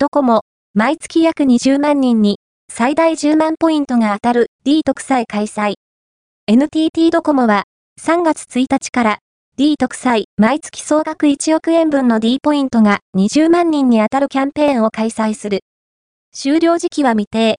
ドコモ、毎月約20万人に最大10万ポイントが当たる D 特祭開催。NTT ドコモは3月1日から D 特祭毎月総額1億円分の D ポイントが20万人に当たるキャンペーンを開催する。終了時期は未定。